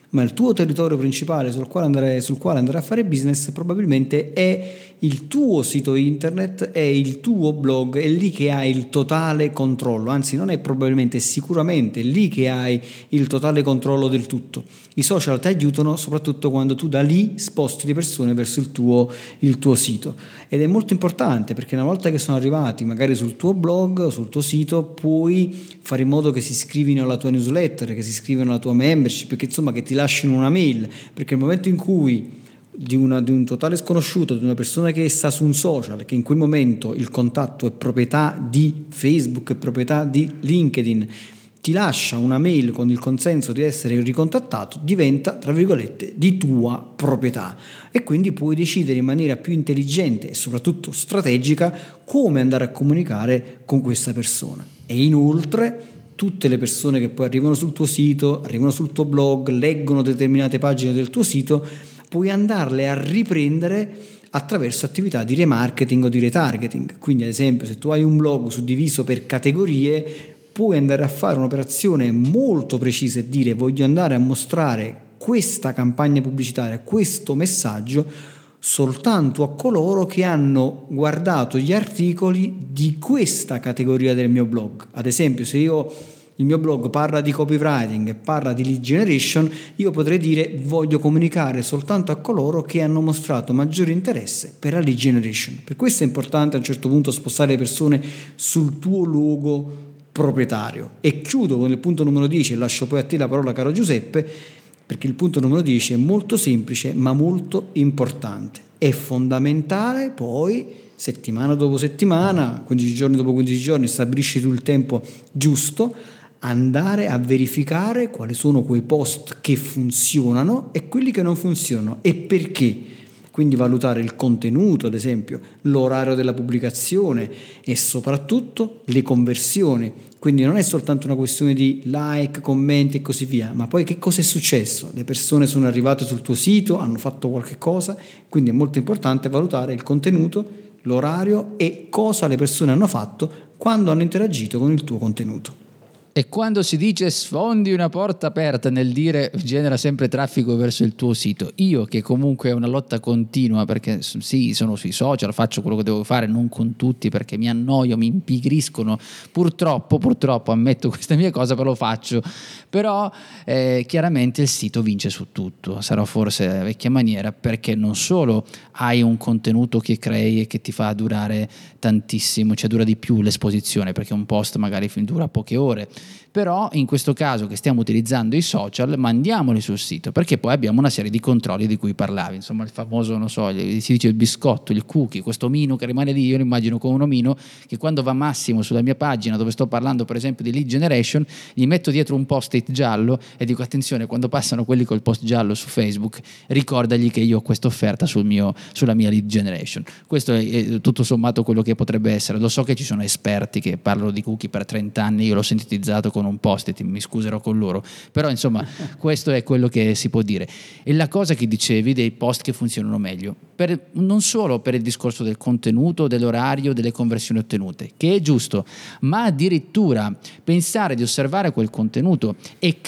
ma il tuo territorio principale sul quale andare a fare business probabilmente è il tuo sito internet, è il tuo blog, è lì che hai il totale controllo, anzi non è probabilmente, è sicuramente lì che hai il totale controllo del tutto. I social ti aiutano soprattutto quando tu da lì sposti le persone verso il tuo sito, ed è molto importante perché una volta che sono arrivati magari sul tuo blog o sul tuo sito puoi fare in modo che si iscrivino alla tua newsletter, che si iscrivano alla tua membership, che insomma che ti lasciano una mail, perché nel momento in cui di un totale sconosciuto, di una persona che sta su un social, che in quel momento il contatto è proprietà di Facebook, è proprietà di LinkedIn, ti lascia una mail con il consenso di essere ricontattato, diventa, tra virgolette, di tua proprietà, e quindi puoi decidere in maniera più intelligente e soprattutto strategica come andare a comunicare con questa persona. E inoltre tutte le persone che poi arrivano sul tuo sito, arrivano sul tuo blog, leggono determinate pagine del tuo sito, puoi andarle a riprendere attraverso attività di remarketing o di retargeting. Quindi ad esempio se tu hai un blog suddiviso per categorie, puoi andare a fare un'operazione molto precisa e dire: voglio andare a mostrare questa campagna pubblicitaria, questo messaggio soltanto a coloro che hanno guardato gli articoli di questa categoria del mio blog. Ad esempio, se il mio blog parla di copywriting e parla di lead generation, io potrei dire: voglio comunicare soltanto a coloro che hanno mostrato maggiore interesse per la lead generation. Per questo è importante a un certo punto spostare le persone sul tuo luogo proprietario. E chiudo con il punto numero 10 e lascio poi a te la parola, caro Giuseppe, perché il punto numero 10 è molto semplice ma molto importante. È fondamentale poi, settimana dopo settimana, 15 giorni dopo 15 giorni, stabilisci tu il tempo giusto, andare a verificare quali sono quei post che funzionano e quelli che non funzionano e perché. Quindi valutare il contenuto, ad esempio, l'orario della pubblicazione e soprattutto le conversioni. Quindi non è soltanto una questione di like, commenti e così via, ma poi che cosa è successo? Le persone sono arrivate sul tuo sito, hanno fatto qualche cosa, quindi è molto importante valutare il contenuto, l'orario e cosa le persone hanno fatto quando hanno interagito con il tuo contenuto. E quando si dice sfondi una porta aperta nel dire genera sempre traffico verso il tuo sito, io che comunque è una lotta continua, perché sì, sono sui social, faccio quello che devo fare, non con tutti perché mi annoio, mi impigriscono, purtroppo ammetto questa mia cosa, però lo faccio, però chiaramente il sito vince su tutto, sarà forse la vecchia maniera, perché non solo hai un contenuto che crei e che ti fa durare tantissimo, cioè dura di più l'esposizione, perché un post magari dura poche ore, però in questo caso che stiamo utilizzando i social, mandiamoli sul sito, perché poi abbiamo una serie di controlli di cui parlavi, insomma il famoso, non so, si dice il biscotto, il cookie, questo omino che rimane lì, io lo immagino come un omino che quando va Massimo sulla mia pagina dove sto parlando per esempio di lead generation, gli metto dietro un post-it giallo e dico: attenzione, quando passano quelli col post giallo su Facebook, ricordagli che io ho questa offerta sulla mia lead generation. Questo è tutto sommato quello che potrebbe essere. Lo so che ci sono esperti che parlano di cookie per 30 anni, io l'ho sintetizzato con un post-it, mi scuserò con loro, però insomma questo è quello che si può dire. E la cosa che dicevi dei post che funzionano meglio, non solo per il discorso del contenuto, dell'orario, delle conversioni ottenute, che è giusto, ma addirittura pensare di osservare quel contenuto e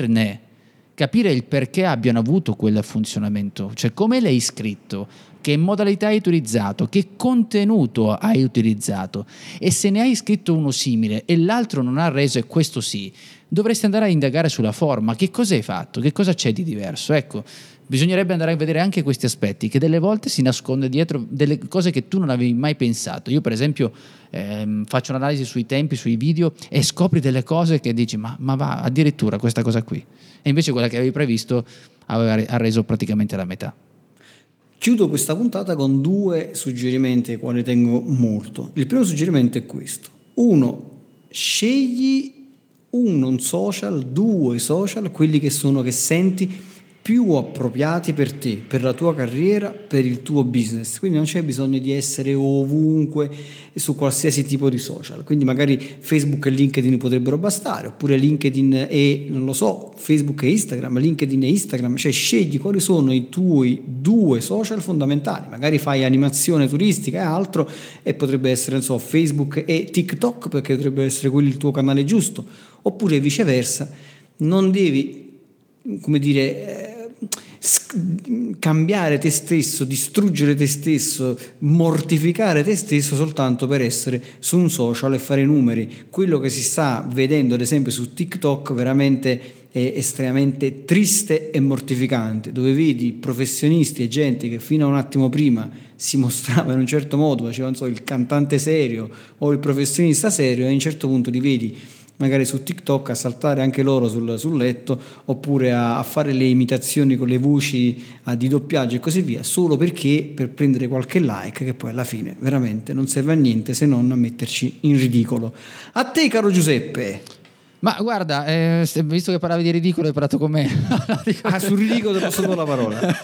capire il perché abbiano avuto quel funzionamento, cioè come l'hai scritto, che modalità hai utilizzato, che contenuto hai utilizzato, e se ne hai scritto uno simile e l'altro non ha reso e questo sì, dovresti andare a indagare sulla forma, che cosa hai fatto, che cosa c'è di diverso. Ecco, bisognerebbe andare a vedere anche questi aspetti, che delle volte si nasconde dietro delle cose che tu non avevi mai pensato. Io per esempio faccio un'analisi sui tempi, sui video, e scopri delle cose che dici ma va, addirittura questa cosa qui, e invece quella che avevi previsto ha reso praticamente la metà. Chiudo questa puntata con 2 suggerimenti ai quali tengo molto. Il primo suggerimento è questo: 1, scegli un social, 2 social, quelli che senti più appropriati per te, per la tua carriera, per il tuo business. Quindi non c'è bisogno di essere ovunque su qualsiasi tipo di social. Quindi magari Facebook e LinkedIn potrebbero bastare, oppure LinkedIn e, non lo so, Facebook e Instagram, LinkedIn e Instagram. Cioè scegli quali sono i tuoi 2 social fondamentali. Magari fai animazione turistica e altro, e potrebbe essere, non so, Facebook e TikTok, perché potrebbe essere quello il tuo canale giusto, oppure viceversa. Non devi come dire, cambiare te stesso, distruggere te stesso, mortificare te stesso soltanto per essere su un social e fare numeri. Quello che si sta vedendo ad esempio su TikTok veramente è estremamente triste e mortificante, dove vedi professionisti e gente che fino a un attimo prima si mostrava in un certo modo, faceva non so, il cantante serio o il professionista serio, e a un certo punto li vedi magari su TikTok a saltare anche loro sul letto, oppure a fare le imitazioni con le voci di doppiaggio e così via, solo perché per prendere qualche like, che poi alla fine veramente non serve a niente se non a metterci in ridicolo. A te, caro Giuseppe. Ma guarda, visto che parlavi di ridicolo, hai parlato con me. Sul ridicolo ti posso dare la parola.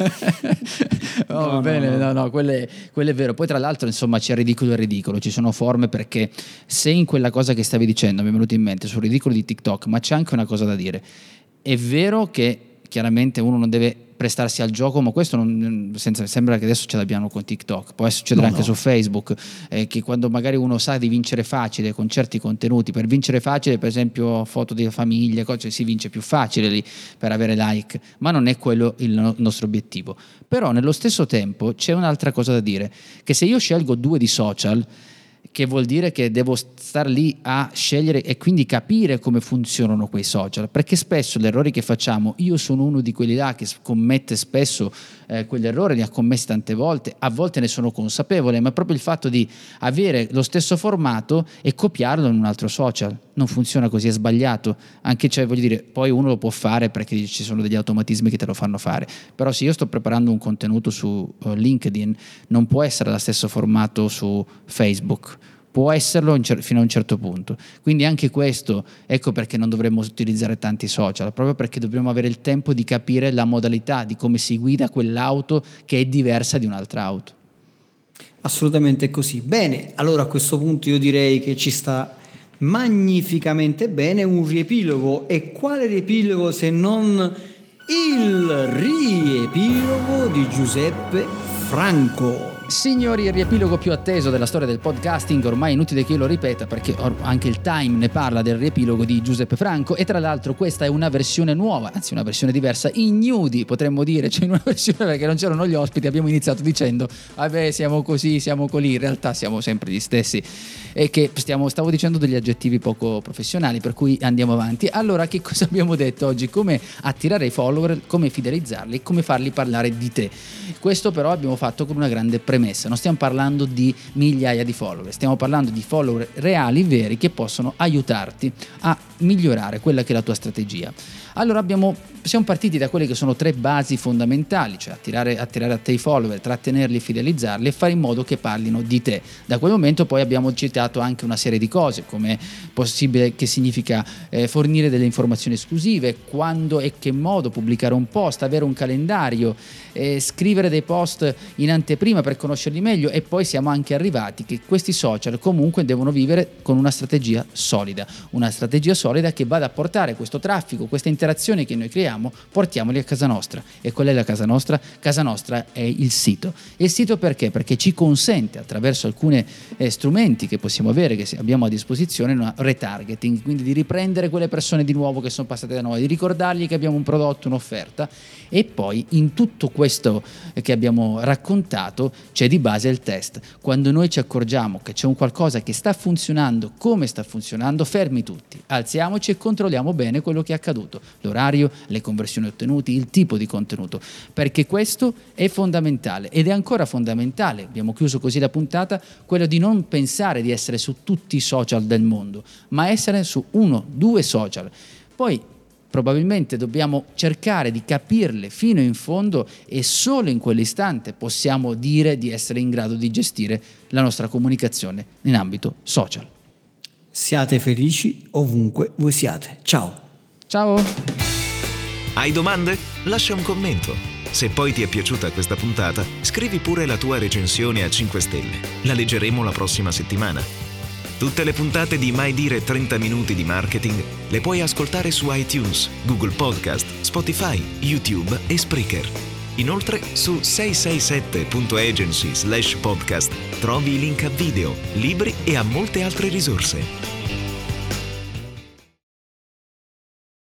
Va bene, no, quello è vero. Poi tra l'altro, insomma, c'è ridicolo e ridicolo, ci sono forme, perché se in quella cosa che stavi dicendo mi è venuto in mente sul ridicolo di TikTok, ma c'è anche una cosa da dire. È vero che chiaramente uno non deve prestarsi al gioco, ma questo sembra che adesso ce l'abbiamo con TikTok, può succedere anche su Facebook, che quando magari uno sa di vincere facile con certi contenuti, per vincere facile per esempio foto di famiglia, cose, si vince più facile lì per avere like, ma non è quello il nostro obiettivo. Però nello stesso tempo c'è un'altra cosa da dire, che se io scelgo 2 di social, che vuol dire che devo star lì a scegliere e quindi capire come funzionano quei social, perché spesso gli errori che facciamo, io sono uno di quelli là che commette spesso quegli errori, li ha commessi tante volte, a volte ne sono consapevole, ma proprio il fatto di avere lo stesso formato e copiarlo in un altro social non funziona così, è sbagliato, anche, cioè, voglio dire, poi uno lo può fare perché ci sono degli automatismi che te lo fanno fare, però se io sto preparando un contenuto su LinkedIn non può essere lo stesso formato su Facebook, può esserlo fino a un certo punto, quindi anche questo, ecco perché non dovremmo utilizzare tanti social, proprio perché dobbiamo avere il tempo di capire la modalità di come si guida quell'auto che è diversa di un'altra auto. Assolutamente così. Bene, allora a questo punto io direi che ci sta magnificamente bene un riepilogo, e quale riepilogo se non il riepilogo di Giuseppe Franco. Signori, il riepilogo più atteso della storia del podcasting, ormai inutile che io lo ripeta perché anche il Time ne parla del riepilogo di Giuseppe Franco, e tra l'altro questa è una versione nuova, anzi una versione diversa, ignudi potremmo dire, cioè in una versione perché non c'erano gli ospiti, abbiamo iniziato dicendo vabbè siamo così, siamo colì, in realtà siamo sempre gli stessi, e che stavo dicendo degli aggettivi poco professionali, per cui andiamo avanti. Allora, che cosa abbiamo detto oggi? Come attirare i follower, come fidelizzarli, come farli parlare di te. Questo però abbiamo fatto con una grande premessa. Non stiamo parlando di migliaia di follower, stiamo parlando di follower reali, veri, che possono aiutarti a migliorare quella che è la tua strategia. Allora siamo partiti da quelle che sono 3 basi fondamentali, cioè attirare a te i follower, trattenerli, fidelizzarli e fare in modo che parlino di te. Da quel momento poi abbiamo citato anche una serie di cose, come possibile, che significa fornire delle informazioni esclusive, quando e che modo pubblicare un post, avere un calendario, scrivere dei post in anteprima per conoscerli meglio, e poi siamo anche arrivati che questi social comunque devono vivere con una strategia solida che vada a portare questo traffico, queste interazioni che noi creiamo, portiamoli a casa nostra. E qual è la casa nostra? Casa nostra è il sito. E il sito perché? Perché ci consente, attraverso alcuni strumenti che possiamo avere, che abbiamo a disposizione, un retargeting, quindi di riprendere quelle persone di nuovo che sono passate da noi, di ricordargli che abbiamo un prodotto, un'offerta, e poi in tutto questo che abbiamo raccontato c'è di base il test. Quando noi ci accorgiamo che c'è un qualcosa che sta funzionando, come sta funzionando, fermi tutti, alziamoci e controlliamo bene quello che è accaduto, l'orario, le conversioni ottenute, il tipo di contenuto, perché questo è fondamentale. Ed è ancora fondamentale, abbiamo chiuso così la puntata, quello di non pensare di essere su tutti i social del mondo, ma essere su 1-2 social. Poi probabilmente dobbiamo cercare di capirle fino in fondo, e solo in quell'istante possiamo dire di essere in grado di gestire la nostra comunicazione in ambito social. Siate felici ovunque voi siate. Ciao. Ciao. Hai domande? Lascia un commento. Se poi ti è piaciuta questa puntata, scrivi pure la tua recensione a 5 stelle. La leggeremo la prossima settimana. Tutte le puntate di Mai Dire 30 Minuti di Marketing le puoi ascoltare su iTunes, Google Podcast, Spotify, YouTube e Spreaker. Inoltre su 667.agency/podcast trovi i link a video, libri e a molte altre risorse.